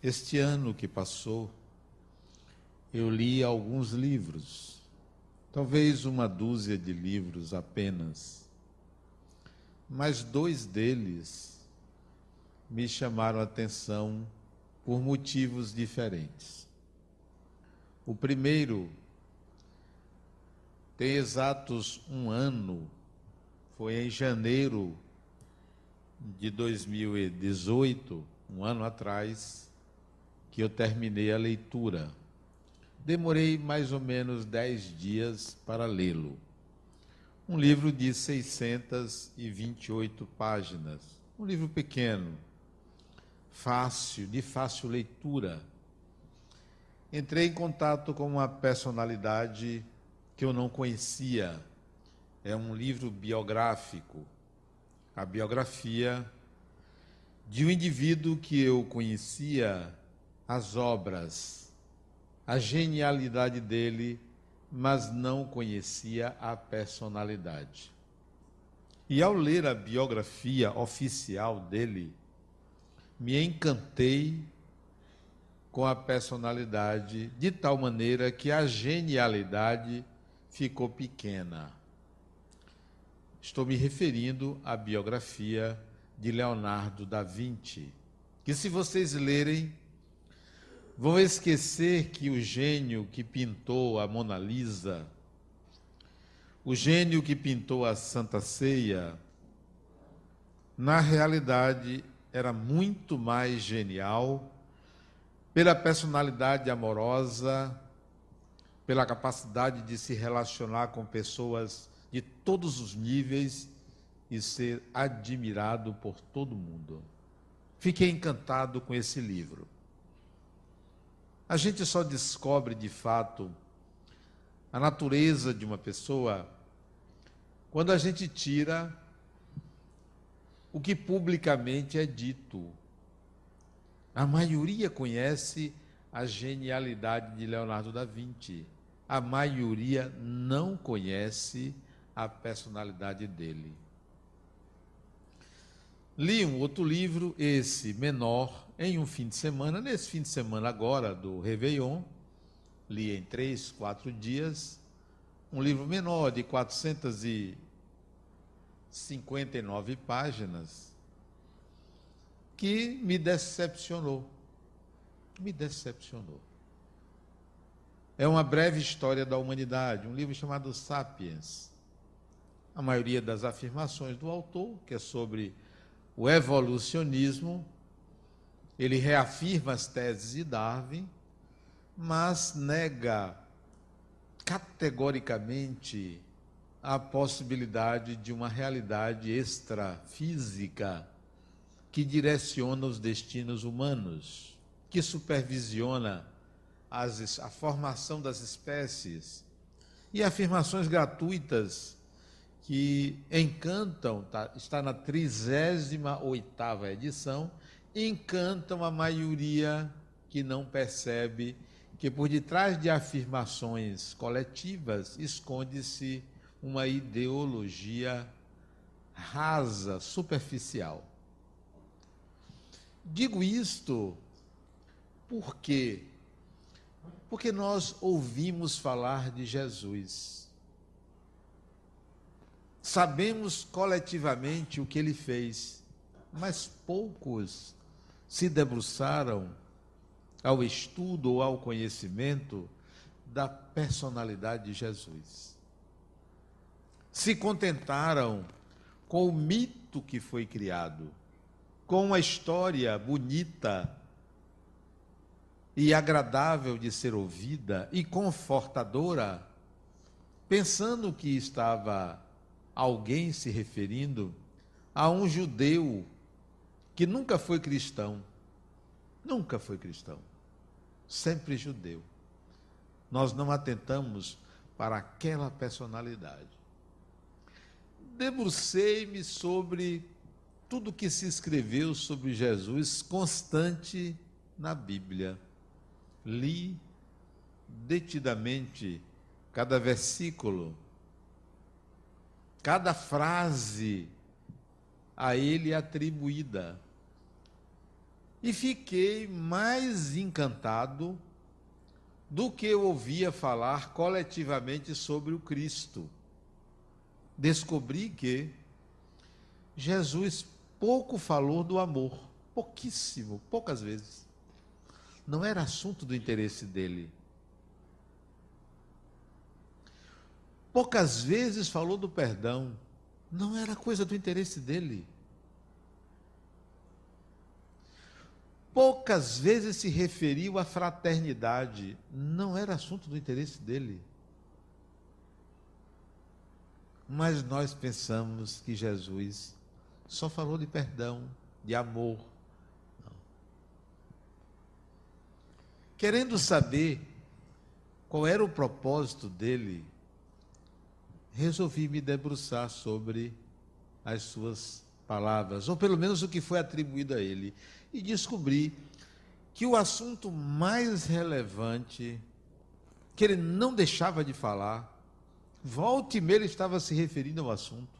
Este ano que passou, eu li alguns livros, talvez uma dúzia de livros apenas, mas dois deles me chamaram a atenção por motivos diferentes. O primeiro tem exatos um ano, foi em janeiro de 2018, um ano atrás, que eu terminei a leitura. Demorei mais ou menos 10 dias para lê-lo. Um livro de 628 páginas, um livro pequeno, fácil, de fácil leitura. Entrei em contato com uma personalidade que eu não conhecia. É um livro biográfico, a biografia de um indivíduo que eu conhecia, as obras, a genialidade dele, mas não conhecia a personalidade. E ao ler a biografia oficial dele, me encantei com a personalidade, de tal maneira que a genialidade ficou pequena. Estou me referindo à biografia de Leonardo da Vinci, que se vocês lerem, vão esquecer que o gênio que pintou a Mona Lisa, o gênio que pintou a Santa Ceia, na realidade era muito mais genial pela personalidade amorosa, pela capacidade de se relacionar com pessoas de todos os níveis e ser admirado por todo mundo. Fiquei encantado com esse livro. A gente só descobre, de fato, a natureza de uma pessoa quando a gente tira o que publicamente é dito. A maioria conhece a genialidade de Leonardo da Vinci. A maioria não conhece a personalidade dele. Li um outro livro, esse menor, em um fim de semana, nesse fim de semana agora do Réveillon, li em 3, 4 dias, um livro menor de 459 páginas, que me decepcionou. Me decepcionou. É uma breve história da humanidade, um livro chamado Sapiens. A maioria das afirmações do autor, que é sobre o evolucionismo, ele reafirma as teses de Darwin, mas nega categoricamente a possibilidade de uma realidade extrafísica que direciona os destinos humanos, que supervisiona a formação das espécies, e afirmações gratuitas que encantam, está na 38ª edição, encantam a maioria que não percebe que por detrás de afirmações coletivas esconde-se uma ideologia rasa, superficial. Digo isto por quê? Porque nós ouvimos falar de Jesus. Sabemos coletivamente o que ele fez, mas poucos se debruçaram ao estudo ou ao conhecimento da personalidade de Jesus. Se contentaram com o mito que foi criado, com uma história bonita e agradável de ser ouvida e confortadora, pensando que estava alguém se referindo a um judeu que nunca foi cristão, sempre judeu. Nós não atentamos para aquela personalidade. Debrucei-me sobre tudo que se escreveu sobre Jesus constante na Bíblia. Li detidamente cada versículo, cada frase a ele atribuída. e fiquei mais encantado do que eu ouvia falar coletivamente sobre o Cristo. Descobri que Jesus pouco falou do amor, pouquíssimo, poucas vezes. Não era assunto do interesse dele. Poucas vezes falou do perdão, não era coisa do interesse dele. Poucas vezes se referiu à fraternidade, não era assunto do interesse dele. Mas nós pensamos que Jesus só falou de perdão, de amor. Não. Querendo saber qual era o propósito dele, resolvi me debruçar sobre as suas palavras, ou pelo menos o que foi atribuído a ele, e descobri que o assunto mais relevante, que ele não deixava de falar, volta e meia ele estava se referindo ao assunto.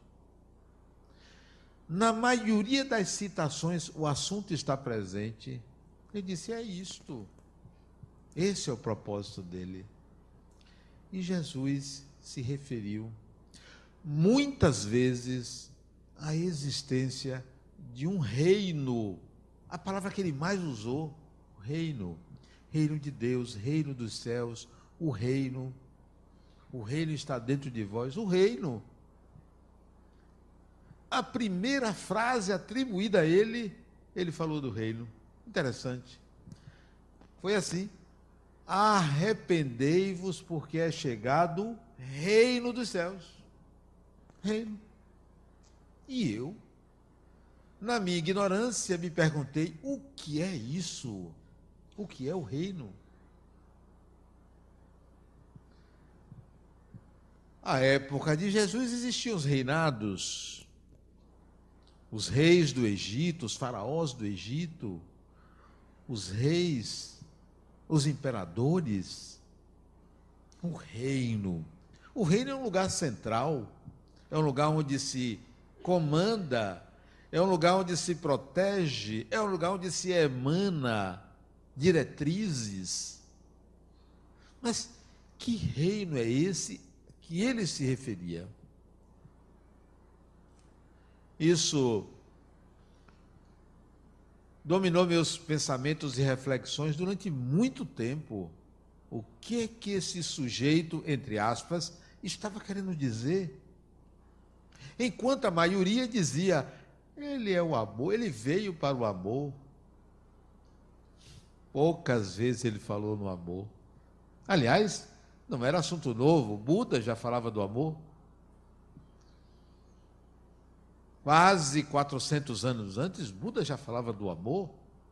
Na maioria das citações, o assunto está presente. Ele disse, é isto. Esse é o propósito dele. E Jesus se referiu muitas vezes à existência de um reino. A palavra que ele mais usou, reino. Reino de Deus, reino dos céus, o reino. O reino está dentro de vós, o reino. A primeira frase atribuída a ele, ele falou do reino. Interessante. Foi assim: arrependei-vos, porque é chegado o reino dos céus. Reino. E eu, na minha ignorância, me perguntei: o que é isso? O que é o reino? À época de Jesus existiam os reinados, os reis do Egito, os faraós do Egito, os reis, os imperadores, o reino. O reino é um lugar central, é um lugar onde se comanda, é um lugar onde se protege, é um lugar onde se emana diretrizes. Mas que reino é esse que ele se referia? Isso dominou meus pensamentos e reflexões durante muito tempo. O que é que esse sujeito, entre aspas, estava querendo dizer? Enquanto a maioria dizia, ele é o amor, ele veio para o amor. Poucas vezes ele falou no amor. Aliás, não era assunto novo, Buda já falava do amor. Quase 400 anos antes, Buda já falava do amor.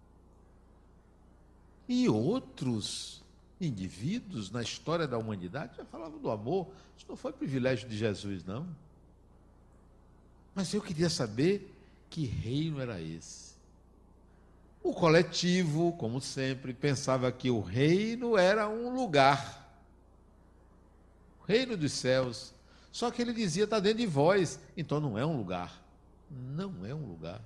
E outros indivíduos na história da humanidade já falavam do amor. Isso não foi privilégio de Jesus, não. Mas eu queria saber que reino era esse. O coletivo, como sempre, pensava que o reino era um lugar. O reino dos céus. Só que ele dizia, está dentro de vós. Então não é um lugar. Não é um lugar.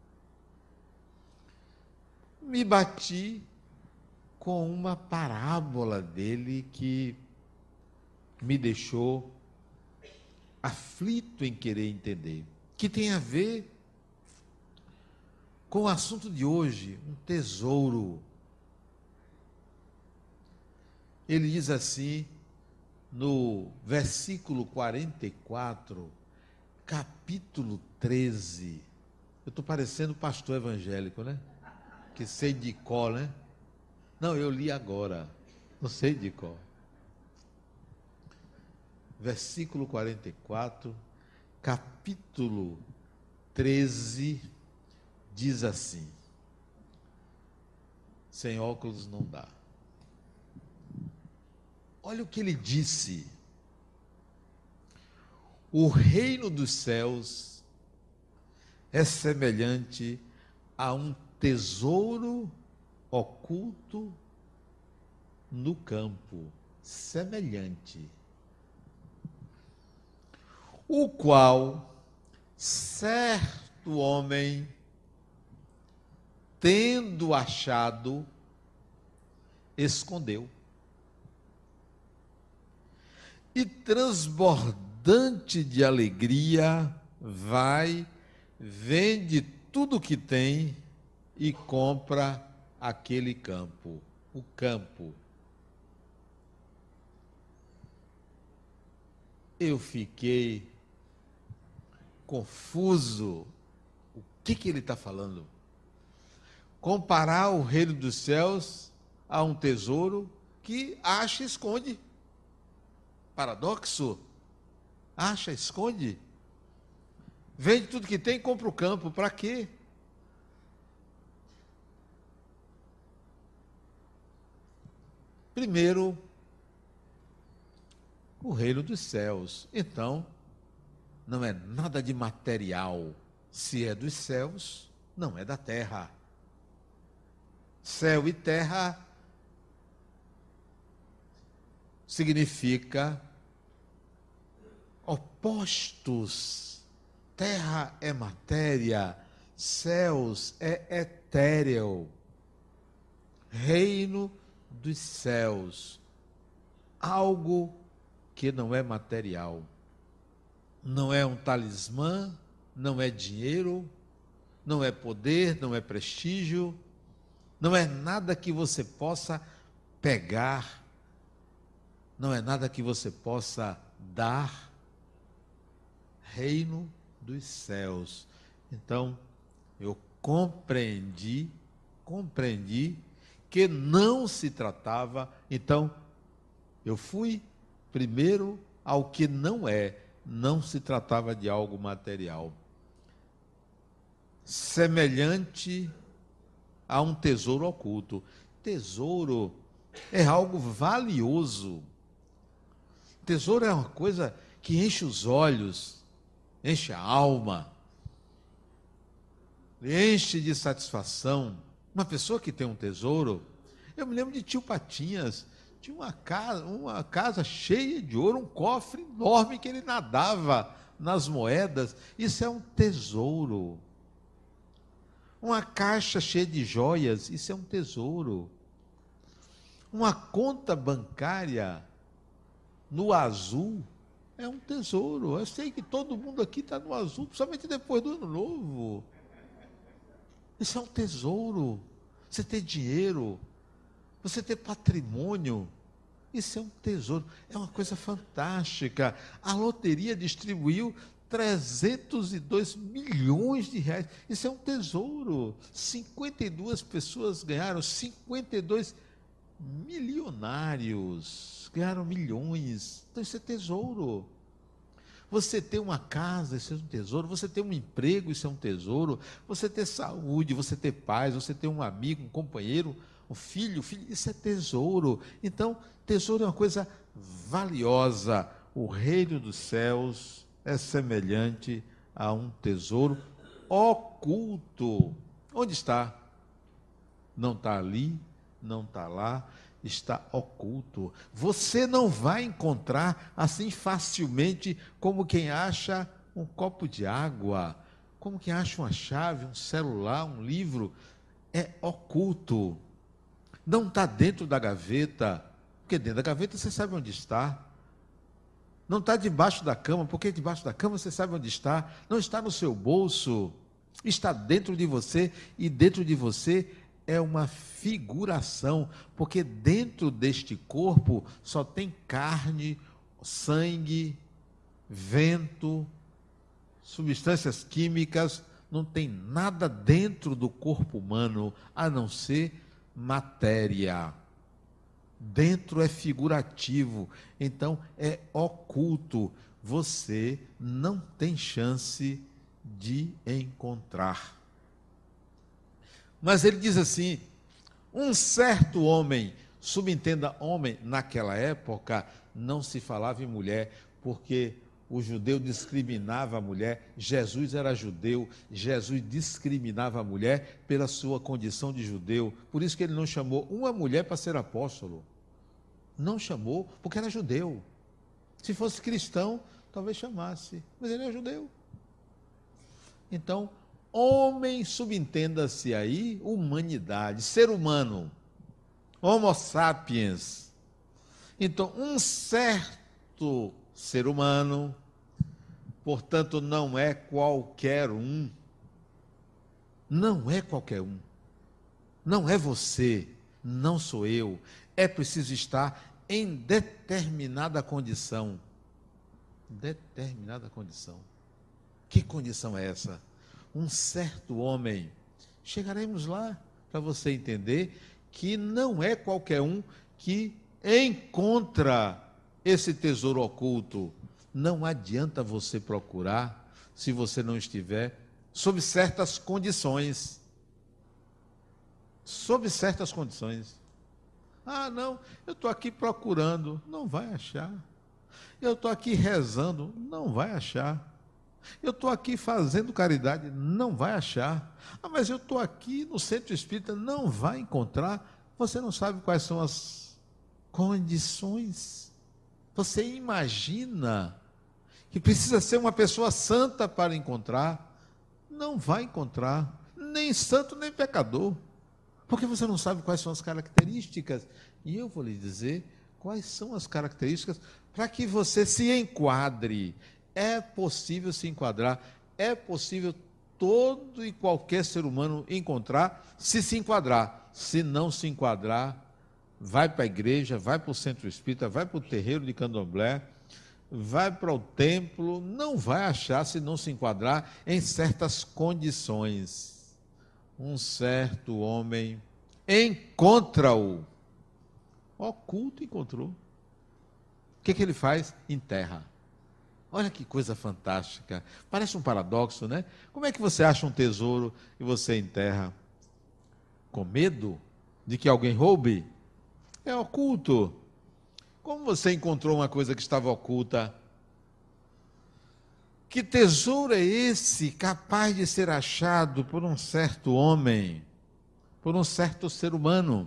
Me bati com uma parábola dele que me deixou aflito em querer entender, que tem a ver com o assunto de hoje, um tesouro. Ele diz assim, no versículo 44, capítulo 13. Eu estou parecendo pastor evangélico, né? Que sei de cor, né? Não, eu li agora. Não sei de cor. Versículo 44, capítulo 13, diz assim. Sem óculos não dá. Olha o que ele disse. O reino dos céus é semelhante a um tesouro oculto no campo, semelhante, o qual certo homem tendo achado, escondeu. E transbordante de alegria, vai, vende tudo que tem e compra aquele campo, o campo. Eu fiquei confuso. O que ele está falando? Comparar o reino dos céus a um tesouro que acha e esconde. Paradoxo. Acha, esconde. Vende tudo que tem e compra o campo. Para quê? Primeiro, o reino dos céus. Então, não é nada de material. Se é dos céus, não é da terra. Céu e terra significa opostos. Terra é matéria, céus é etéreo. Reino dos céus, algo que não é material. Não é um talismã, não é dinheiro, não é poder, não é prestígio, não é nada que você possa pegar, não é nada que você possa dar. Reino dos céus. Então, eu compreendi que não se tratava, então, eu fui primeiro ao que não se tratava de algo material. Semelhante a um tesouro oculto. Tesouro é algo valioso. Tesouro é uma coisa que enche os olhos, enche a alma, enche de satisfação. Uma pessoa que tem um tesouro, eu me lembro de tio Patinhas, tinha uma casa cheia de ouro, um cofre enorme que ele nadava nas moedas. Isso é um tesouro. Uma caixa cheia de joias, isso é um tesouro. Uma conta bancária no azul é um tesouro. Eu sei que todo mundo aqui está no azul, principalmente depois do Ano Novo. Isso é um tesouro. Você ter dinheiro, você ter patrimônio, isso é um tesouro. É uma coisa fantástica. A loteria distribuiu 302 milhões de reais. Isso é um tesouro. 52 pessoas ganharam, 52 milionários ganharam milhões. Então isso é tesouro. Você ter uma casa, isso é um tesouro. Você ter um emprego, isso é um tesouro. Você ter saúde, você ter paz, você ter um amigo, um companheiro, um filho, isso é tesouro. Então, tesouro é uma coisa valiosa. O reino dos céus é semelhante a um tesouro oculto. Onde está? Não está ali, não está lá, está oculto. Você não vai encontrar assim facilmente como quem acha um copo de água, como quem acha uma chave, um celular, um livro. É oculto. Não está dentro da gaveta, porque dentro da gaveta você sabe onde está. Não está debaixo da cama, porque debaixo da cama você sabe onde está. Não está no seu bolso, está dentro de você, e dentro de você é uma figuração, porque dentro deste corpo só tem carne, sangue, vento, substâncias químicas, não tem nada dentro do corpo humano a não ser matéria. Dentro é figurativo, então é oculto. Você não tem chance de encontrar. Mas ele diz assim: um certo homem, subentenda homem, naquela época não se falava em mulher, porque o judeu discriminava a mulher. Jesus era judeu, Jesus discriminava a mulher pela sua condição de judeu. Por isso que ele não chamou uma mulher para ser apóstolo. Não chamou, porque era judeu. Se fosse cristão, talvez chamasse, mas ele é judeu. Então, Homem, subentenda-se aí, humanidade, ser humano, Homo sapiens. Então, um certo ser humano, portanto, não é qualquer um. Não é qualquer um. Não é você, não sou eu. É preciso estar em determinada condição. Determinada condição. Que condição é essa? Um certo homem. Chegaremos lá para você entender que não é qualquer um que encontra esse tesouro oculto. Não adianta você procurar se você não estiver sob certas condições. Sob certas condições. Ah, não, eu estou aqui procurando. Não vai achar. Eu estou aqui rezando. Não vai achar. Eu estou aqui fazendo caridade, não vai achar. Ah, mas eu estou aqui no centro espírita, não vai encontrar. Você não sabe quais são as condições. Você imagina que precisa ser uma pessoa santa para encontrar. Não vai encontrar, nem santo, nem pecador. Porque você não sabe quais são as características. E eu vou lhe dizer quais são as características para que você se enquadre. É possível se enquadrar, é possível todo e qualquer ser humano encontrar, se enquadrar. Se não se enquadrar, vai para a igreja, vai para o centro espírita, vai para o terreiro de candomblé, vai para o templo, não vai achar se não se enquadrar em certas condições. Um certo homem encontra-o, oculto encontrou. O que ele faz? Enterra. Olha que coisa fantástica. Parece um paradoxo, né? Como é que você acha um tesouro e você enterra? Com medo de que alguém roube? É oculto. Como você encontrou uma coisa que estava oculta? Que tesouro é esse capaz de ser achado por um certo homem, por um certo ser humano?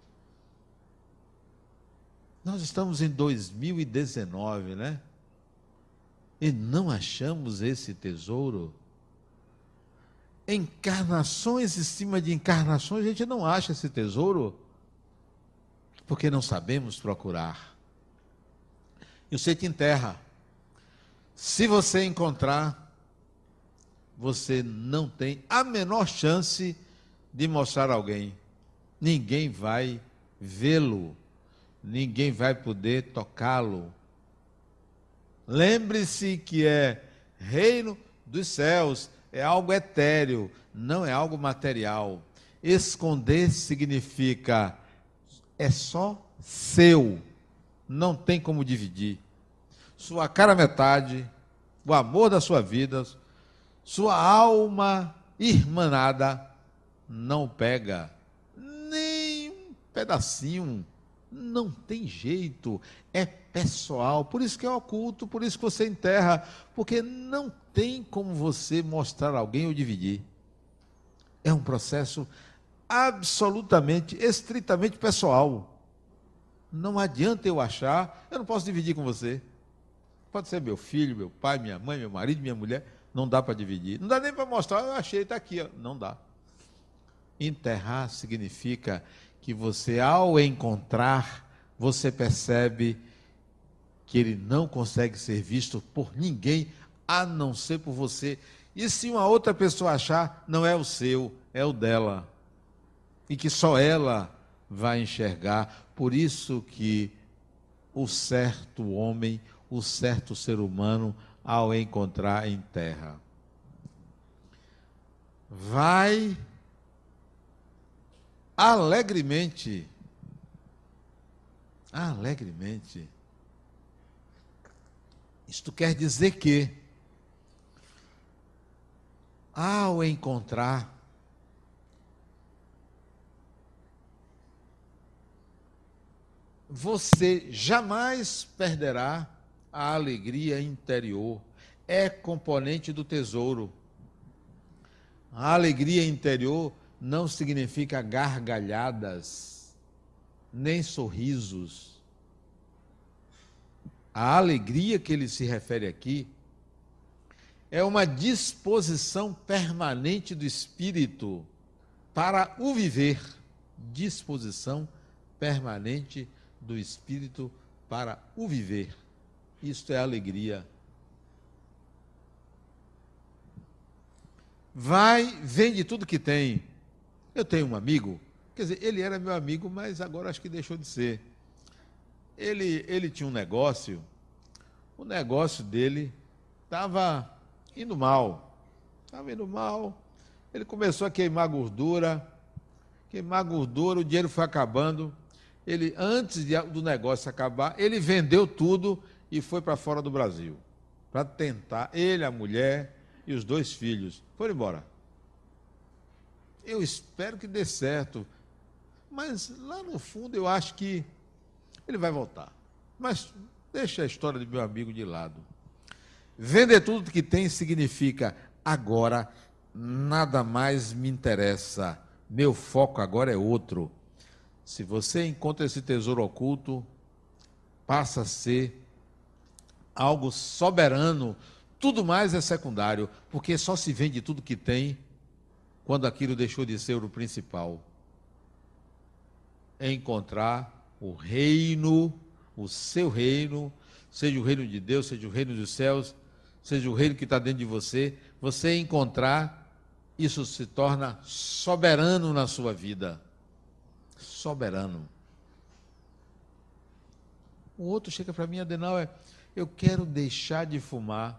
Nós estamos em 2019, né? E não achamos esse tesouro. Encarnações em cima de encarnações, a gente não acha esse tesouro, porque não sabemos procurar. E você te enterra. Se você encontrar, você não tem a menor chance de mostrar a alguém. Ninguém vai vê-lo, ninguém vai poder tocá-lo. Lembre-se que é reino dos céus, é algo etéreo, não é algo material. Esconder significa é só seu, não tem como dividir. Sua cara metade, o amor da sua vida, sua alma irmanada, não pega nem um pedacinho. Não tem jeito, é pessoal, por isso que é oculto, por isso que você enterra, porque não tem como você mostrar a alguém ou dividir. É um processo absolutamente, estritamente pessoal. Não adianta eu achar, eu não posso dividir com você. Pode ser meu filho, meu pai, minha mãe, meu marido, minha mulher, não dá para dividir. Não dá nem para mostrar, eu achei, está aqui, ó. Não dá. Enterrar significa que você, ao encontrar, você percebe que ele não consegue ser visto por ninguém, a não ser por você. E se uma outra pessoa achar, não é o seu, é o dela. E que só ela vai enxergar. Por isso que o certo homem, o certo ser humano, ao encontrar, enterra. Vai alegremente. Alegremente. Isto quer dizer que, ao encontrar, você jamais perderá a alegria interior. É componente do tesouro. A alegria interior não significa gargalhadas, nem sorrisos. A alegria que ele se refere aqui é uma disposição permanente do espírito para o viver. Disposição permanente do espírito para o viver. Isto é alegria. Vai, vende tudo que tem. Eu tenho um amigo, quer dizer, ele era meu amigo, mas agora acho que deixou de ser. Ele tinha um negócio, o negócio dele estava indo mal. Ele começou a queimar gordura, o dinheiro foi acabando. Ele, antes do negócio acabar, ele vendeu tudo e foi para fora do Brasil, para tentar, ele, a mulher e os 2 filhos, foram embora. Eu espero que dê certo, mas lá no fundo eu acho que ele vai voltar. Mas deixa a história do meu amigo de lado. Vender tudo que tem significa, agora nada mais me interessa, meu foco agora é outro. Se você encontra esse tesouro oculto, passa a ser algo soberano, tudo mais é secundário, porque só se vende tudo que tem quando aquilo deixou de ser o principal. É encontrar o reino, o seu reino, seja o reino de Deus, seja o reino dos céus, seja o reino que está dentro de você, você encontrar, isso se torna soberano na sua vida. Soberano. O outro chega para mim, Adenauer, eu quero deixar de fumar.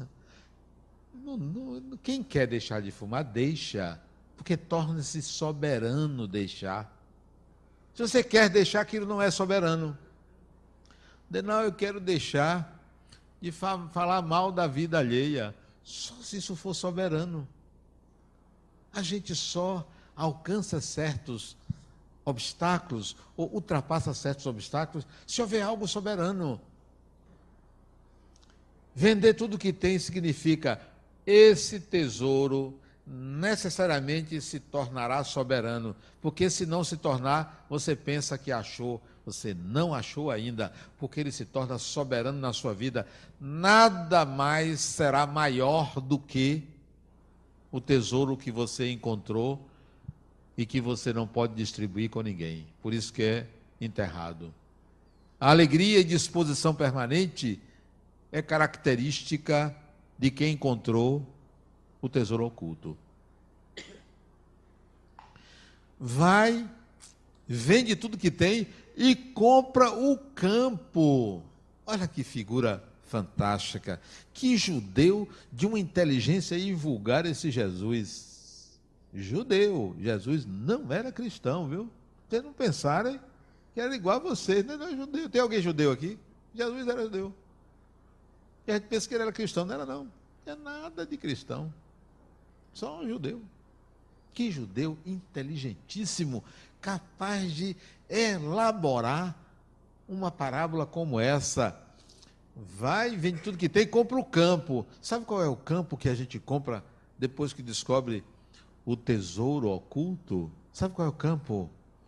Quem quer deixar de fumar, deixa, porque torna-se soberano deixar. Se você quer deixar, aquilo não é soberano. Adenauer, eu quero deixar de falar mal da vida alheia, só se isso for soberano. A gente só alcança certos obstáculos, ou ultrapassa certos obstáculos, se houver algo soberano. Vender tudo que tem significa, esse tesouro necessariamente se tornará soberano, porque se não se tornar, você pensa que achou, você não achou ainda, porque ele se torna soberano na sua vida. Nada mais será maior do que o tesouro que você encontrou e que você não pode distribuir com ninguém. Por isso que é enterrado. A alegria e disposição permanente é característica de quem encontrou o tesouro oculto. Vai, vende tudo que tem e compra o campo. Olha que figura fantástica. Que judeu de uma inteligência invulgar esse Jesus. Judeu. Jesus não era cristão, viu? Vocês não pensarem que era igual a vocês. Não é judeu. Tem alguém judeu aqui? Jesus era judeu. E a gente pensa que ele era cristão. Não era, não. Não é nada de cristão. Só um judeu. Que judeu inteligentíssimo, capaz de elaborar uma parábola como essa. Vai, vende tudo que tem e compra o campo. Sabe qual é o campo que a gente compra depois que descobre o tesouro oculto? Sabe qual é o campo?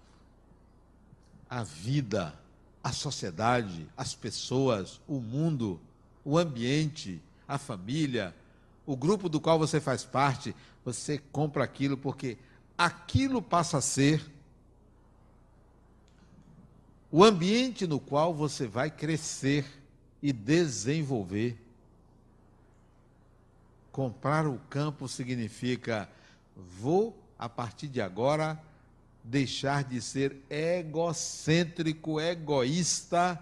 A vida, a sociedade, as pessoas, o mundo, o ambiente, a família, o grupo do qual você faz parte. Você compra aquilo porque aquilo passa a ser o ambiente no qual você vai crescer e desenvolver. Comprar o campo significa, vou, a partir de agora, deixar de ser egocêntrico, egoísta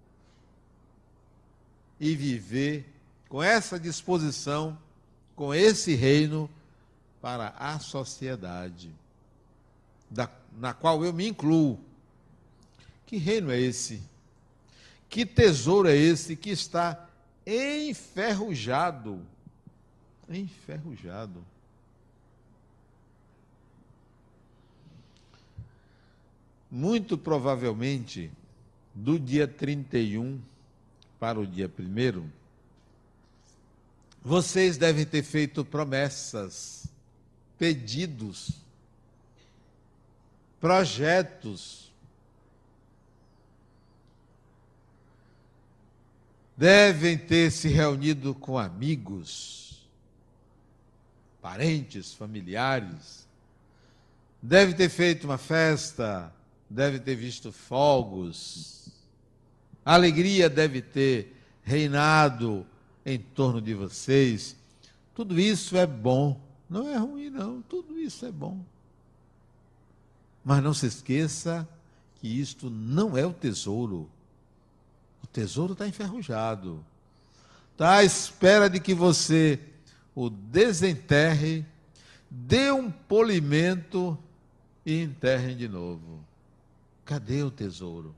e viver com essa disposição, com esse reino para a sociedade, na qual eu me incluo. Que reino é esse? Que tesouro é esse que está enferrujado? Enferrujado. Muito provavelmente, do dia 31 para o dia 1º, vocês devem ter feito promessas, pedidos, projetos. Devem ter se reunido com amigos parentes, familiares. Deve ter feito uma festa, deve ter visto fogos. A alegria deve ter reinado em torno de vocês. Tudo isso é bom. Não é ruim, não. Tudo isso é bom. Mas não se esqueça que isto não é o tesouro. O tesouro está enferrujado. Está à espera de que você o desenterre, dê um polimento e enterre de novo. Cadê o tesouro?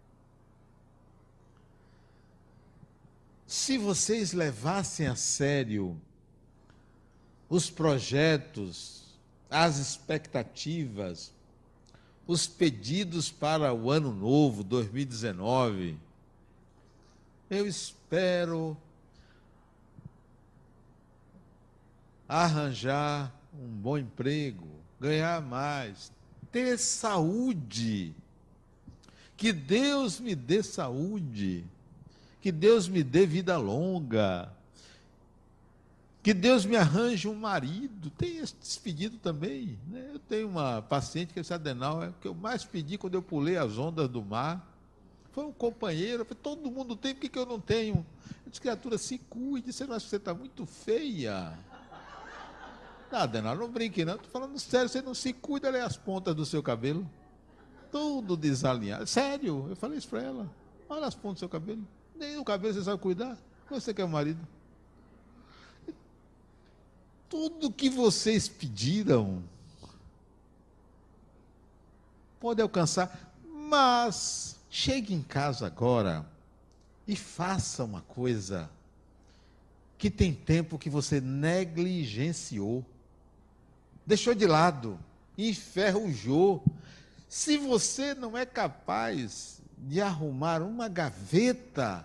Se vocês levassem a sério os projetos, as expectativas, os pedidos para o ano novo, 2019, eu espero arranjar um bom emprego, ganhar mais, ter saúde, que Deus me dê saúde, que Deus me dê vida longa, que Deus me arranje um marido. Tem esse pedido também, né? Eu tenho uma paciente que esse adenal é o que eu mais pedi quando eu pulei as ondas do mar. Foi um companheiro. Eu falei, todo mundo tem, por que eu não tenho? Eu disse, criatura, se cuide, você não acha que você está muito feia? Não, adenal, não brinque não, estou falando sério, você não se cuida, olha as pontas do seu cabelo. Tudo desalinhado. Sério, eu falei isso para ela. Olha as pontas do seu cabelo. Nem o cabelo você sabe cuidar. Você quer um marido? Tudo que vocês pediram pode alcançar, mas chegue em casa agora e faça uma coisa que tem tempo que você negligenciou, deixou de lado, enferrujou. Se você não é capaz de arrumar uma gaveta,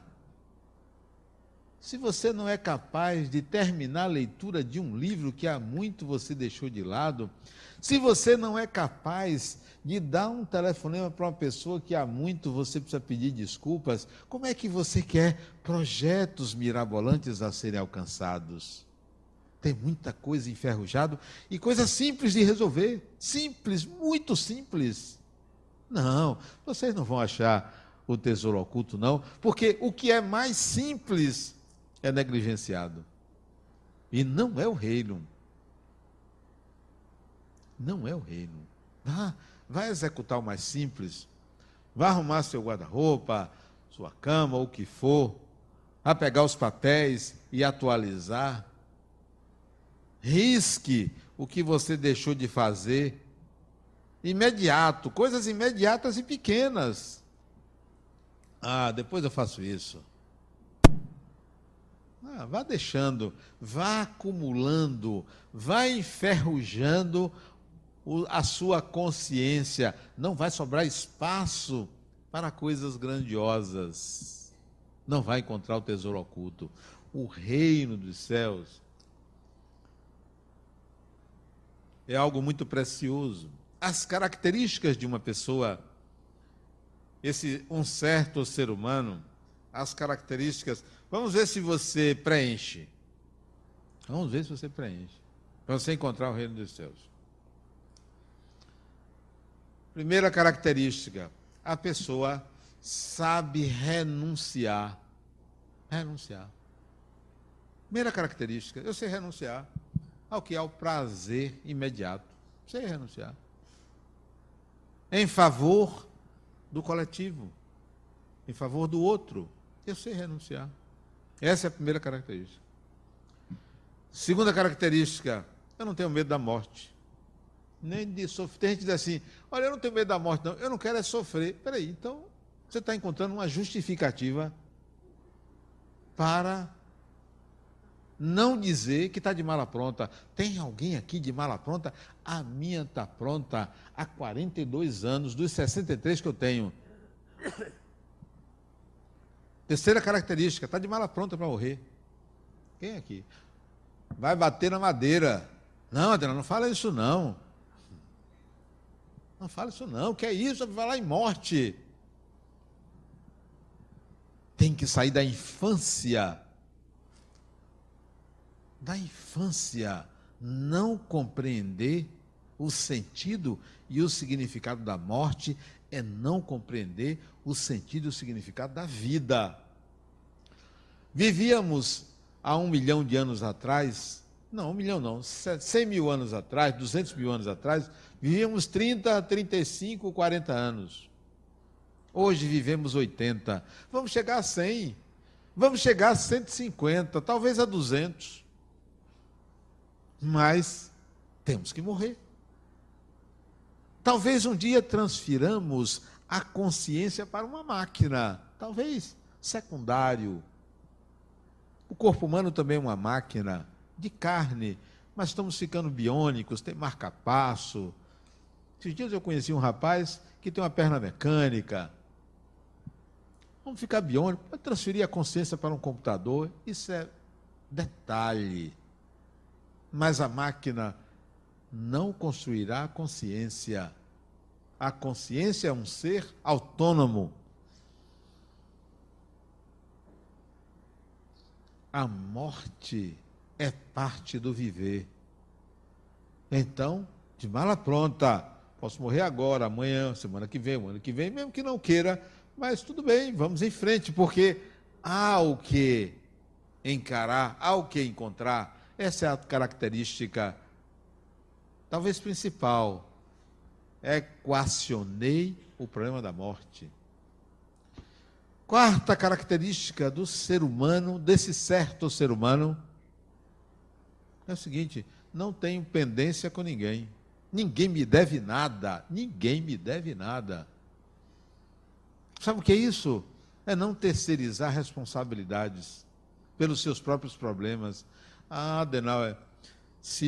se você não é capaz de terminar a leitura de um livro que há muito você deixou de lado, se você não é capaz de dar um telefonema para uma pessoa que há muito você precisa pedir desculpas, como é que você quer projetos mirabolantes a serem alcançados? Tem muita coisa enferrujada e coisa simples de resolver, simples, muito simples. Não, vocês não vão achar o tesouro oculto, não, porque o que é mais simples é negligenciado. E não é o reino. Não é o reino. Vai executar o mais simples. Vai arrumar seu guarda-roupa, sua cama, o que for. Vai pegar os papéis e atualizar. Risque o que você deixou de fazer. Imediato, coisas imediatas e pequenas. Depois eu faço isso. Vá deixando, vá acumulando, vá enferrujando a sua consciência. Não vai sobrar espaço para coisas grandiosas. Não vai encontrar o tesouro oculto. O reino dos céus é algo muito precioso. As características de uma pessoa, um certo ser humano, as características. Vamos ver se você preenche. Vamos ver se você preenche. Para você encontrar o reino dos céus. Primeira característica, a pessoa sabe renunciar. Renunciar. Primeira característica, eu sei renunciar ao que é o prazer imediato. Sei renunciar. Em favor do coletivo. Em favor do outro. Eu sei renunciar. Essa é a primeira característica. Segunda característica, eu não tenho medo da morte. Nem de sofrer. Tem gente que diz assim, olha, eu não tenho medo da morte, não. Eu não quero é sofrer. Espera aí, então você está encontrando uma justificativa para não dizer que está de mala pronta. Tem alguém aqui de mala pronta? A minha está pronta há 42 anos, dos 63 que eu tenho. Terceira característica, está de mala pronta para morrer. Quem aqui? Vai bater na madeira. Não, Adriana, não fala isso não. Não fala isso não. O que é isso? Vai falar em morte. Tem que sair da infância. Da infância. Não compreender o sentido e o significado da morte é não compreender o sentido e o significado da vida. Vivíamos há 1 milhão de anos atrás, não, 1 milhão não, 100 mil anos atrás, 200 mil anos atrás, vivíamos 30, 35, 40 anos. Hoje vivemos 80. Vamos chegar a 100. Vamos chegar a 150, talvez a 200. Mas temos que morrer. Talvez um dia transfiramos a consciência para uma máquina, talvez secundário. O corpo humano também é uma máquina de carne, mas estamos ficando biônicos, tem marca-passo. Esses dias eu conheci um rapaz que tem uma perna mecânica. Vamos ficar biônico, pode transferir a consciência para um computador, isso é detalhe. Mas a máquina não construirá a consciência. A consciência é um ser autônomo. A morte é parte do viver. Então, de mala pronta, posso morrer agora, amanhã, semana que vem, o ano que vem, mesmo que não queira, mas tudo bem, vamos em frente, porque há o que encarar, há o que encontrar. Essa é a característica, talvez principal. Equacionei o problema da morte. Quarta característica do ser humano, desse certo ser humano, é o seguinte: não tenho pendência com ninguém. Ninguém me deve nada. Ninguém me deve nada. Sabe o que é isso? É não terceirizar responsabilidades pelos seus próprios problemas. Ah, Adenauer, se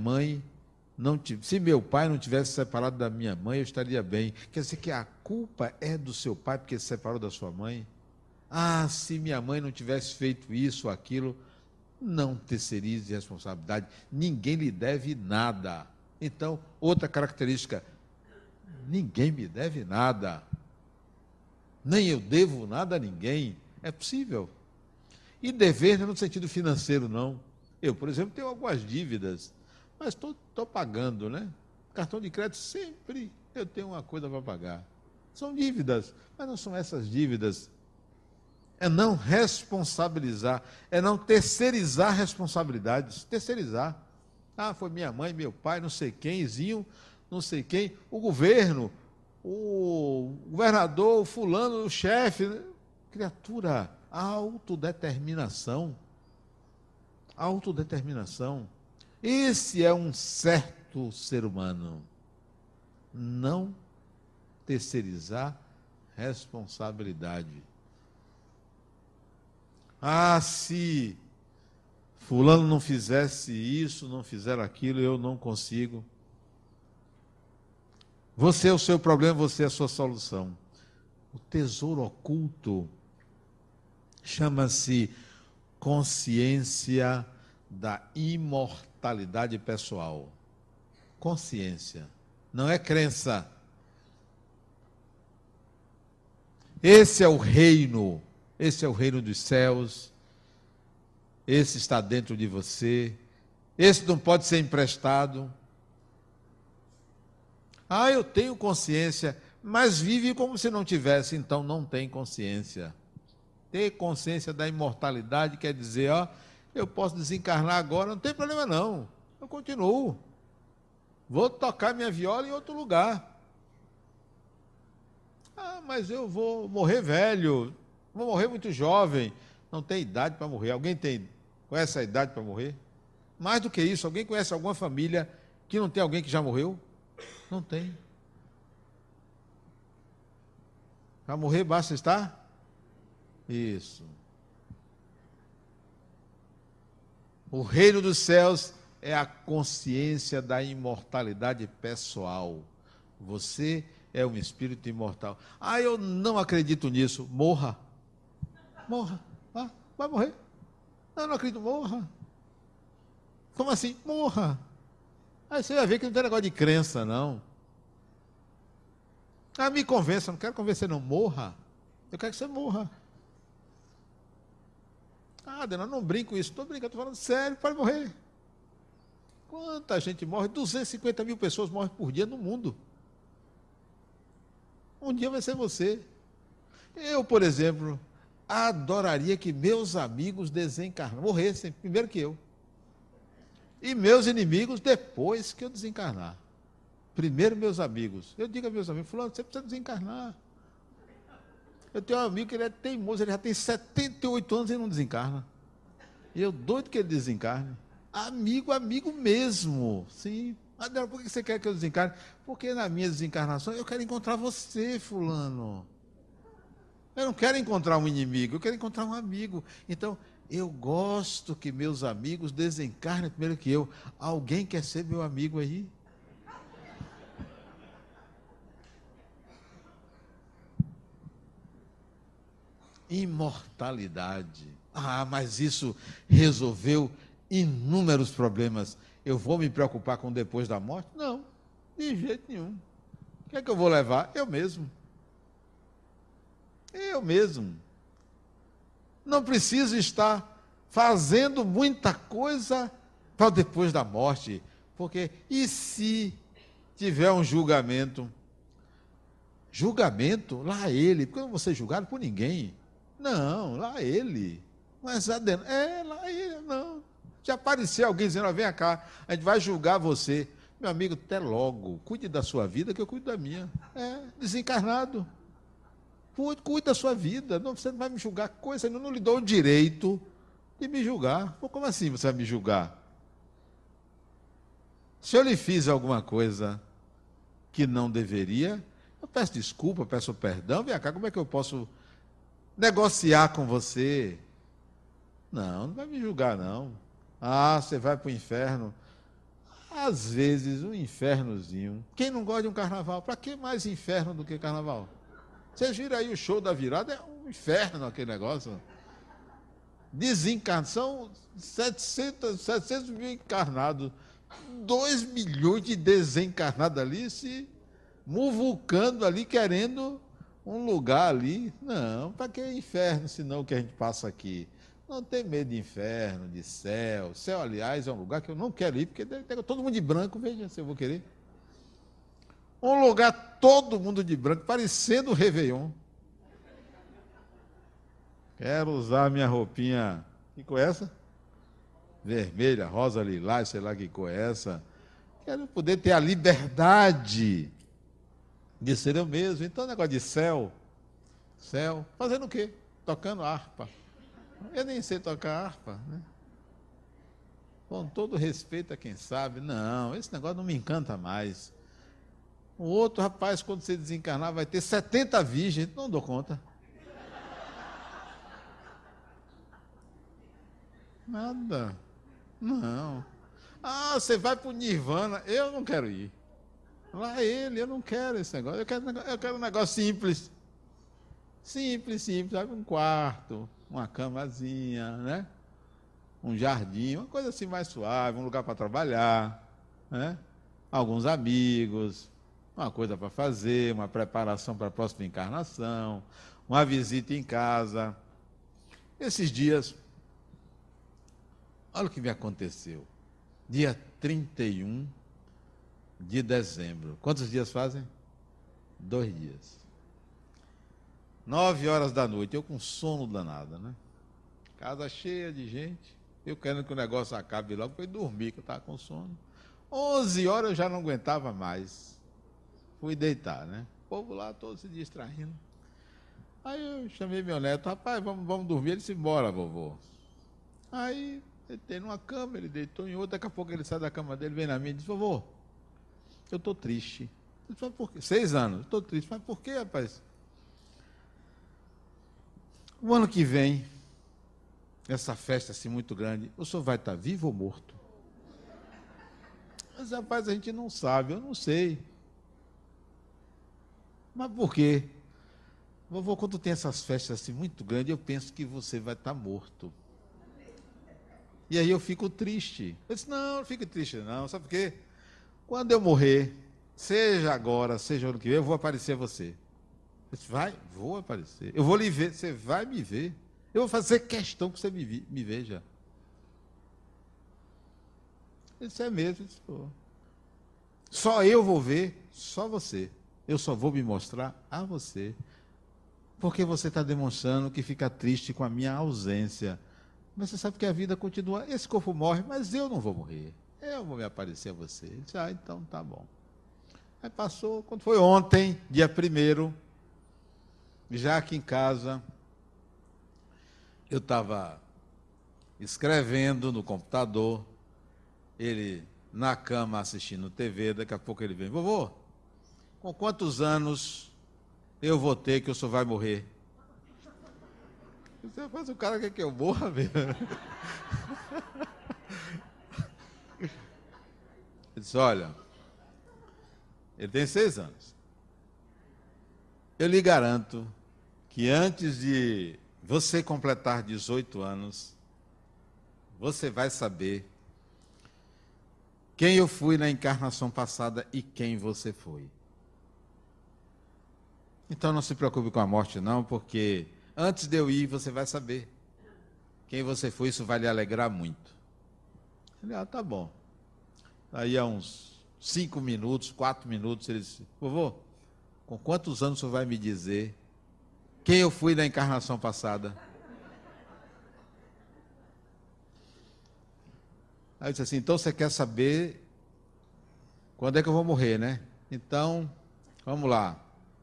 meu pai não tivesse separado da minha mãe, eu estaria bem. Quer dizer que a culpa é do seu pai porque se separou da sua mãe? Ah, se minha mãe não tivesse feito isso ou aquilo. Não terceirize responsabilidade. Ninguém lhe deve nada. Então, outra característica: ninguém me deve nada. Nem eu devo nada a ninguém. É possível. E dever não é no sentido financeiro, não. Eu, por exemplo, tenho algumas dívidas, mas estou pagando, né? Cartão de crédito, sempre eu tenho uma coisa para pagar. São dívidas, mas não são essas dívidas. É não responsabilizar, é não terceirizar responsabilidades. Terceirizar. Ah, foi minha mãe, meu pai, não sei quemzinho, não sei quem, o governo, o governador, o fulano, o chefe. Criatura, autodeterminação. Autodeterminação. Esse é um certo ser humano. Não terceirizar responsabilidade. Ah, se fulano não fizesse isso, não fizer aquilo, eu não consigo. Você é o seu problema, você é a sua solução. O tesouro oculto chama-se consciência da imortalidade pessoal. Consciência, não é crença. Esse é o reino dos céus, esse está dentro de você, esse não pode ser emprestado. Ah, eu tenho consciência, mas vive como se não tivesse, então não tem consciência. Ter consciência da imortalidade quer dizer, ó, eu posso desencarnar agora, não tem problema não, eu continuo. Vou tocar minha viola em outro lugar. Ah, mas eu vou morrer velho, vou morrer muito jovem. Não tem idade para morrer. Alguém conhece a idade para morrer? Mais do que isso, alguém conhece alguma família que não tem alguém que já morreu? Não tem. Para morrer basta estar? Isso. O reino dos céus é a consciência da imortalidade pessoal. Você é um espírito imortal. Ah, eu não acredito nisso. Morra. Morra. Ah, vai morrer. Eu não acredito. Morra. Como assim? Morra. Aí você vai ver que não tem negócio de crença, não. Ah, me convença. Não quero convencer, não. Morra. Eu quero que você morra. Ah, Adena, não brinco isso. Estou brincando, estou falando sério. Pode morrer. Quanta gente morre? 250 mil pessoas morrem por dia no mundo. Um dia vai ser você. Eu, por exemplo, adoraria que meus amigos morressem primeiro que eu. E meus inimigos depois que eu desencarnar. Primeiro meus amigos. Eu digo a meus amigos, fulano, você precisa desencarnar. Eu tenho um amigo que ele é teimoso, ele já tem 78 anos e não desencarna. E eu doido que ele desencarne. Amigo mesmo. Sim. Adela, por que você quer que eu desencarne? Porque na minha desencarnação eu quero encontrar você, fulano. Eu não quero encontrar um inimigo, eu quero encontrar um amigo. Então, eu gosto que meus amigos desencarnem primeiro que eu. Alguém quer ser meu amigo aí? Imortalidade. Ah, mas isso resolveu inúmeros problemas. Eu vou me preocupar com depois da morte? Não, de jeito nenhum. O que é que eu vou levar? Eu mesmo. Eu mesmo. Não preciso estar fazendo muita coisa para depois da morte. Porque, e se tiver um julgamento? Julgamento? Lá ele. Porque eu não vou ser julgado por ninguém. Não, lá ele. Mas lá ele, não. Se aparecer alguém dizendo, vem cá, a gente vai julgar você. Meu amigo, até logo. Cuide da sua vida, que eu cuido da minha. Desencarnado. Cuide da sua vida. Não, você não vai me julgar coisa, eu não lhe dou o direito de me julgar. Pô, como assim você vai me julgar? Se eu lhe fiz alguma coisa que não deveria, eu peço desculpa, peço perdão. Vem cá, como é que eu posso negociar com você? Não vai me julgar, não. Ah, você vai para o inferno. Às vezes, um infernozinho. Quem não gosta de um carnaval? Para que mais inferno do que carnaval? Vocês viram aí o show da virada? É um inferno aquele negócio. Desencarnação, 700 mil encarnados. 2 milhões de desencarnados ali se muvucando ali, querendo um lugar ali. Não, para que inferno, senão o que a gente passa aqui? Não tem medo de inferno, de céu. Céu, aliás, é um lugar que eu não quero ir, porque tem todo mundo de branco, veja se eu vou querer. Um lugar todo mundo de branco, parecendo o Réveillon. Quero usar minha roupinha, que cor é essa? Vermelha, rosa, lilás, sei lá que cor é essa. Quero poder ter a liberdade de ser eu mesmo. Então, negócio de céu, fazendo o quê? Tocando harpa. Eu nem sei tocar harpa, né? Com todo respeito a quem sabe, não, esse negócio não me encanta mais. O outro rapaz, quando você desencarnar, vai ter 70 virgens, não dou conta. Nada. Não. Ah, você vai para o Nirvana, eu não quero ir. Lá ele, eu não quero esse negócio, eu quero um negócio simples. Simples, sabe? Um quarto, uma camazinha, né? Um jardim, uma coisa assim mais suave, um lugar para trabalhar, né? Alguns amigos, uma coisa para fazer, uma preparação para a próxima encarnação, uma visita em casa. Esses dias, olha o que me aconteceu. Dia 31 de dezembro. Quantos dias fazem? 2 dias. 9 horas da noite, eu com sono danado, né? Casa cheia de gente, eu querendo que o negócio acabe logo, fui dormir, que eu estava com sono. 11 horas eu já não aguentava mais. Fui deitar, né? O povo lá todo se distraindo. Aí eu chamei meu neto, rapaz, vamos dormir. Ele disse, bora, vovô. Aí, deitei numa cama, ele deitou em outra, daqui a pouco ele sai da cama dele, vem na minha e diz, vovô, eu estou triste. Eu disse, por quê? 6 anos, estou triste. Mas por quê, rapaz? O ano que vem, essa festa assim muito grande, o senhor vai estar vivo ou morto? Mas, rapaz, a gente não sabe, eu não sei. Mas por quê? Vovô, quando tem essas festas assim muito grandes, eu penso que você vai estar morto. E aí eu fico triste. Eu disse, não fique triste não, sabe por quê? Quando eu morrer, seja agora, seja ano que vem, eu vou aparecer a você. Eu disse, vou aparecer. Eu vou lhe ver, você vai me ver. Eu vou fazer questão que você me veja. Ele disse, é mesmo? Eu disse, pô. Só eu vou ver, só você. Eu só vou me mostrar a você. Porque você está demonstrando que fica triste com a minha ausência. Mas você sabe que a vida continua. Esse corpo morre, mas eu não vou morrer. Eu vou me aparecer a você. Ele disse, então tá bom. Aí passou, quando foi ontem, dia 1º, já aqui em casa, eu estava escrevendo no computador, ele na cama assistindo TV, daqui a pouco ele vem, vovô, com quantos anos eu vou ter que o senhor vai morrer? Você faz o cara quer que eu morra mesmo. Ele disse, olha, ele tem 6 anos. Eu lhe garanto que antes de você completar 18 anos, você vai saber quem eu fui na encarnação passada e quem você foi. Então não se preocupe com a morte não, porque antes de eu ir, você vai saber quem você foi, isso vai lhe alegrar muito. Ele, tá bom. Aí há uns 5 minutos, 4 minutos, ele disse, vovô, com quantos anos o senhor vai me dizer quem eu fui na encarnação passada? Aí eu disse assim, então você quer saber quando é que eu vou morrer, né? Então, vamos lá.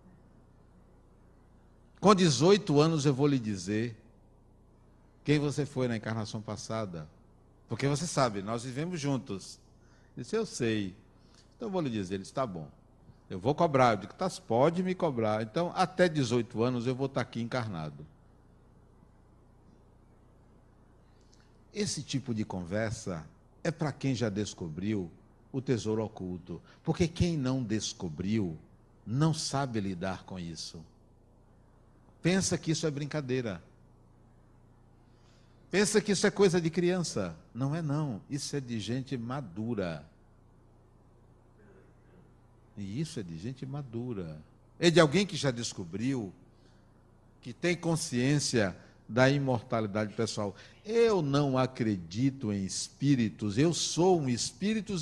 Com 18 anos eu vou lhe dizer quem você foi na encarnação passada. Porque você sabe, nós vivemos juntos. Eu disse, eu sei. Então eu vou lhe dizer, ele disse, tá bom. Eu vou cobrar. Eu digo, tá, pode me cobrar. Então, até 18 anos eu vou estar aqui encarnado. Esse tipo de conversa é para quem já descobriu o tesouro oculto. Porque quem não descobriu não sabe lidar com isso. Pensa que isso é brincadeira. Pensa que isso é coisa de criança. Não é não. Isso é de gente madura. E isso é de gente madura. É de alguém que já descobriu, que tem consciência da imortalidade pessoal. Eu não acredito em espíritos. Eu sou um espírito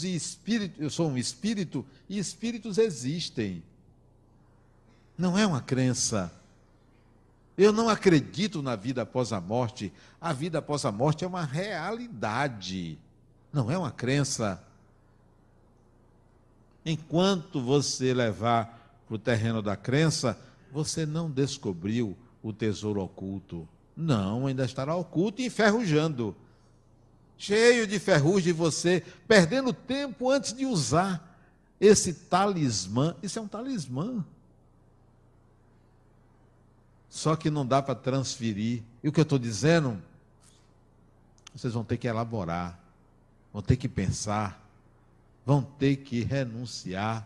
e espíritos existem. Não é uma crença. Eu não acredito na vida após a morte. A vida após a morte é uma realidade. Não é uma crença. Enquanto você levar para o terreno da crença, você não descobriu o tesouro oculto. Não, ainda estará oculto e enferrujando. Cheio de ferrugem, você perdendo tempo antes de usar esse talismã. Isso é um talismã. Só que não dá para transferir. E o que eu estou dizendo, vocês vão ter que elaborar, vão ter que pensar, vão ter que renunciar,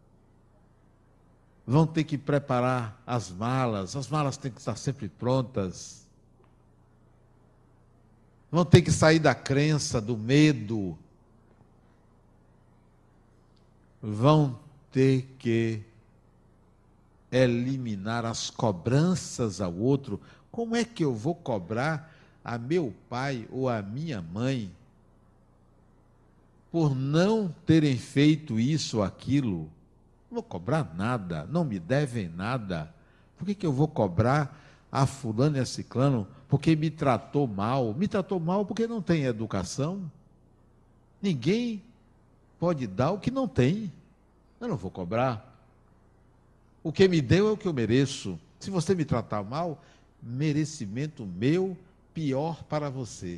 vão ter que preparar as malas têm que estar sempre prontas, vão ter que sair da crença, do medo, vão ter que eliminar as cobranças ao outro. Como é que eu vou cobrar a meu pai ou a minha mãe por não terem feito isso ou aquilo? Não vou cobrar nada, não me devem nada. Por que eu vou cobrar a fulano e a ciclano porque me tratou mal? Me tratou mal porque não tem educação. Ninguém pode dar o que não tem. Eu não vou cobrar. O que me deu é o que eu mereço. Se você me tratar mal, merecimento meu, pior para você.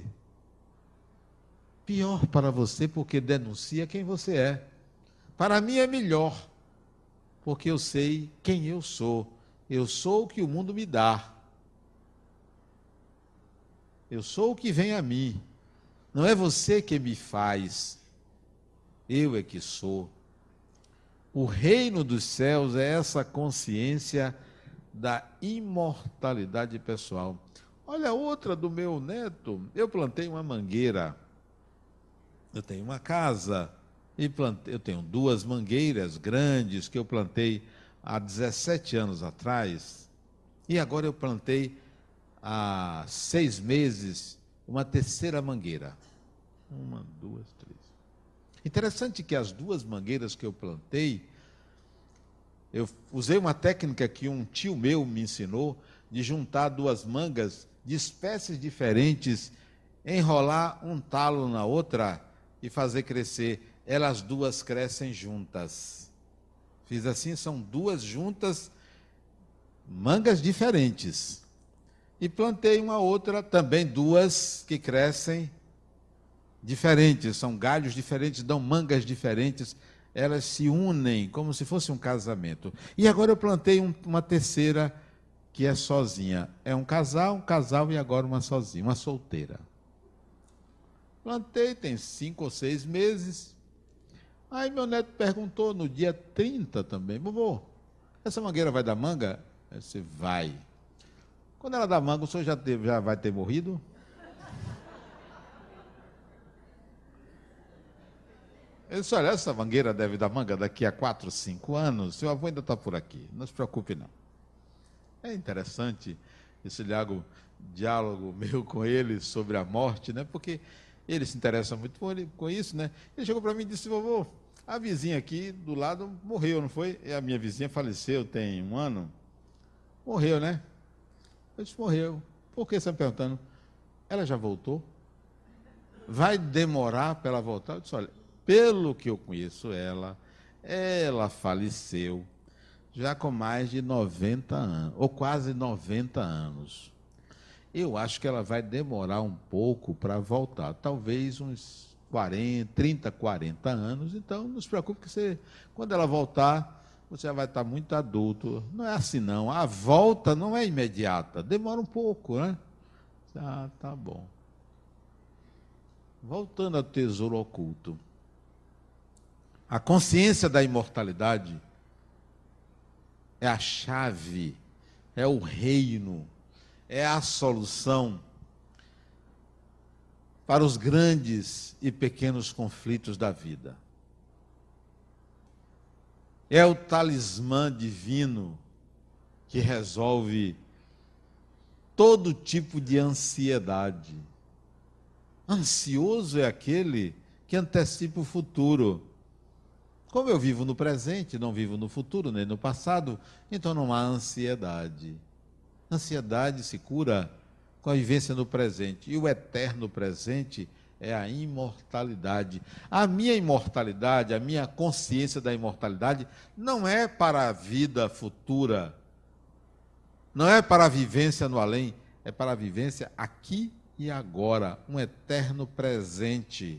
Pior para você porque denuncia quem você é. Para mim é melhor, porque eu sei quem eu sou. Eu sou o que o mundo me dá. Eu sou o que vem a mim. Não é você que me faz. Eu é que sou. O reino dos céus é essa consciência da imortalidade pessoal. Olha outra do meu neto. Eu plantei uma mangueira. Eu tenho uma casa e eu tenho 2 mangueiras grandes que eu plantei há 17 anos atrás. E agora eu plantei há 6 meses uma terceira mangueira. 1, 2, 3. Interessante que as duas mangueiras que eu plantei, eu usei uma técnica que um tio meu me ensinou, de juntar duas mangas de espécies diferentes, enrolar um talo na outra e fazer crescer. Elas duas crescem juntas. Fiz assim, são duas juntas, mangas diferentes. E plantei uma outra, também duas que crescem diferentes, são galhos diferentes, dão mangas diferentes, elas se unem como se fosse um casamento. E agora eu plantei uma terceira que é sozinha. É um casal e agora uma sozinha, uma solteira. Plantei, tem 5 ou 6 meses. Aí meu neto perguntou no dia 30 também: vovô, essa mangueira vai dar manga? Eu disse: vai. Quando ela dá manga, o senhor já vai ter morrido? Eu disse: olha, essa mangueira deve dar manga daqui a 4, 5 anos. Seu avô ainda está por aqui, não se preocupe não. É interessante esse diálogo meu com ele sobre a morte, né? Porque ele se interessa muito com isso, né? Ele chegou para mim e disse: vovô, a vizinha aqui do lado morreu, não foi? E a minha vizinha faleceu tem 1 ano. Morreu, né? Eu disse: morreu. Por que você está me perguntando? Ela já voltou? Vai demorar para ela voltar? Eu disse: olha, pelo que eu conheço ela faleceu já com mais de 90 anos, ou quase 90 anos. Eu acho que ela vai demorar um pouco para voltar, talvez uns 30, 40 anos. Então, não se preocupe que quando ela voltar, você já vai estar muito adulto. Não é assim não, a volta não é imediata, demora um pouco, né? Ah, tá bom. Voltando ao tesouro oculto. A consciência da imortalidade é a chave, é o reino, é a solução para os grandes e pequenos conflitos da vida. É o talismã divino que resolve todo tipo de ansiedade. Ansioso é aquele que antecipa o futuro. Como eu vivo no presente, não vivo no futuro nem no passado, então não há ansiedade. Ansiedade se cura com a vivência no presente. E o eterno presente é a imortalidade. A minha imortalidade, a minha consciência da imortalidade, não é para a vida futura, não é para a vivência no além, é para a vivência aqui e agora, um eterno presente.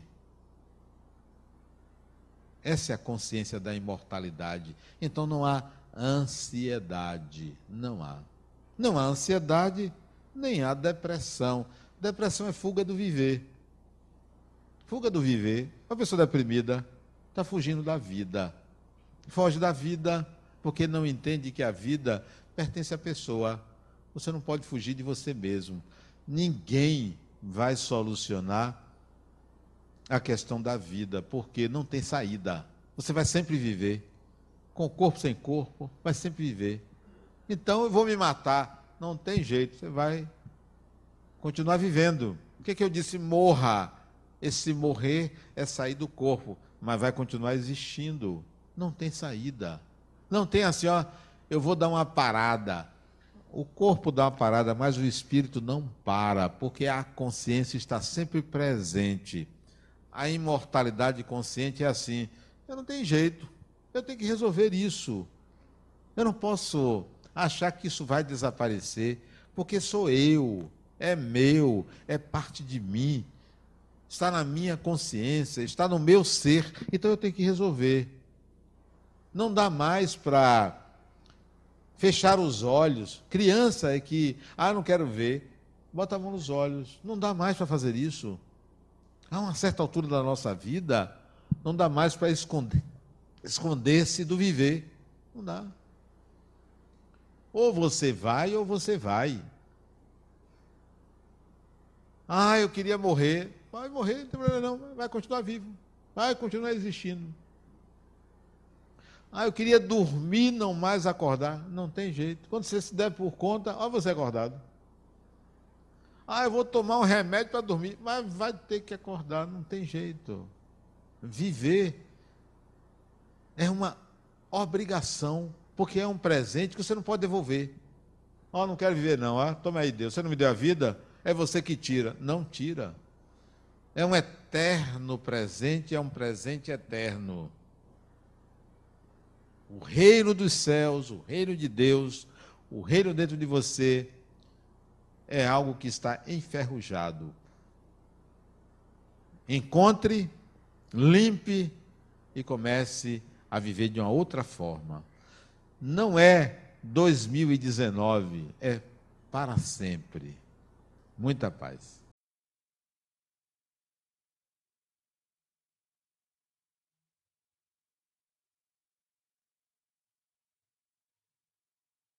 Essa é a consciência da imortalidade. Então não há ansiedade, não há. Não há ansiedade, nem há depressão. Depressão é fuga do viver. Fuga do viver. Uma pessoa deprimida está fugindo da vida. Foge da vida porque não entende que a vida pertence à pessoa. Você não pode fugir de você mesmo. Ninguém vai solucionar a questão da vida, porque não tem saída. Você vai sempre viver. Com corpo, sem corpo, vai sempre viver. Então eu vou me matar. Não tem jeito, você vai continuar vivendo. O que eu disse? Morra. Esse morrer é sair do corpo, mas vai continuar existindo. Não tem saída. Não tem assim, ó, eu vou dar uma parada. O corpo dá uma parada, mas o espírito não para, porque a consciência está sempre presente. A imortalidade consciente é assim: eu não tenho jeito, eu tenho que resolver isso. Eu não posso achar que isso vai desaparecer, porque sou eu, é meu, é parte de mim, está na minha consciência, está no meu ser, então eu tenho que resolver. Não dá mais para fechar os olhos. Criança é que, não quero ver, bota a mão nos olhos. Não dá mais para fazer isso. A uma certa altura da nossa vida, não dá mais para esconder-se do viver. Não dá. Ou você vai, ou você vai. Eu queria morrer. Vai morrer, não tem problema não. Vai continuar vivo. Vai continuar existindo. Eu queria dormir, não mais acordar. Não tem jeito. Quando você se der por conta, você acordado. Eu vou tomar um remédio para dormir, mas vai ter que acordar, não tem jeito. Viver é uma obrigação, porque é um presente que você não pode devolver. Ó, não quero viver não, toma aí Deus, você não me deu a vida, é você que tira. Não tira. É um eterno presente, é um presente eterno. O reino dos céus, o reino de Deus, o reino dentro de você, é algo que está enferrujado. Encontre, limpe e comece a viver de uma outra forma. Não é 2019, é para sempre. Muita paz.